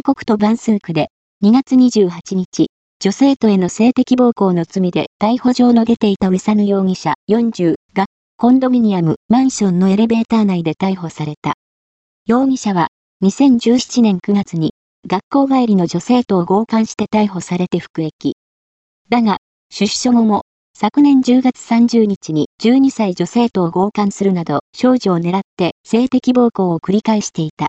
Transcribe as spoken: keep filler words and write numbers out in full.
国都バンスークでにがつにじゅうはちにち、女生徒への性的暴行の罪で逮捕状の出ていた宇佐野容疑者よんじゅうが、コンドミニアムマンションのエレベーター内で逮捕された。容疑者はにせんじゅうななねんくがつに学校帰りの女生徒を強姦して逮捕されて服役。だが、出所後も昨年じゅうがつさんじゅうにちにじゅうにさい女生徒を強姦するなど少女を狙って性的暴行を繰り返していた。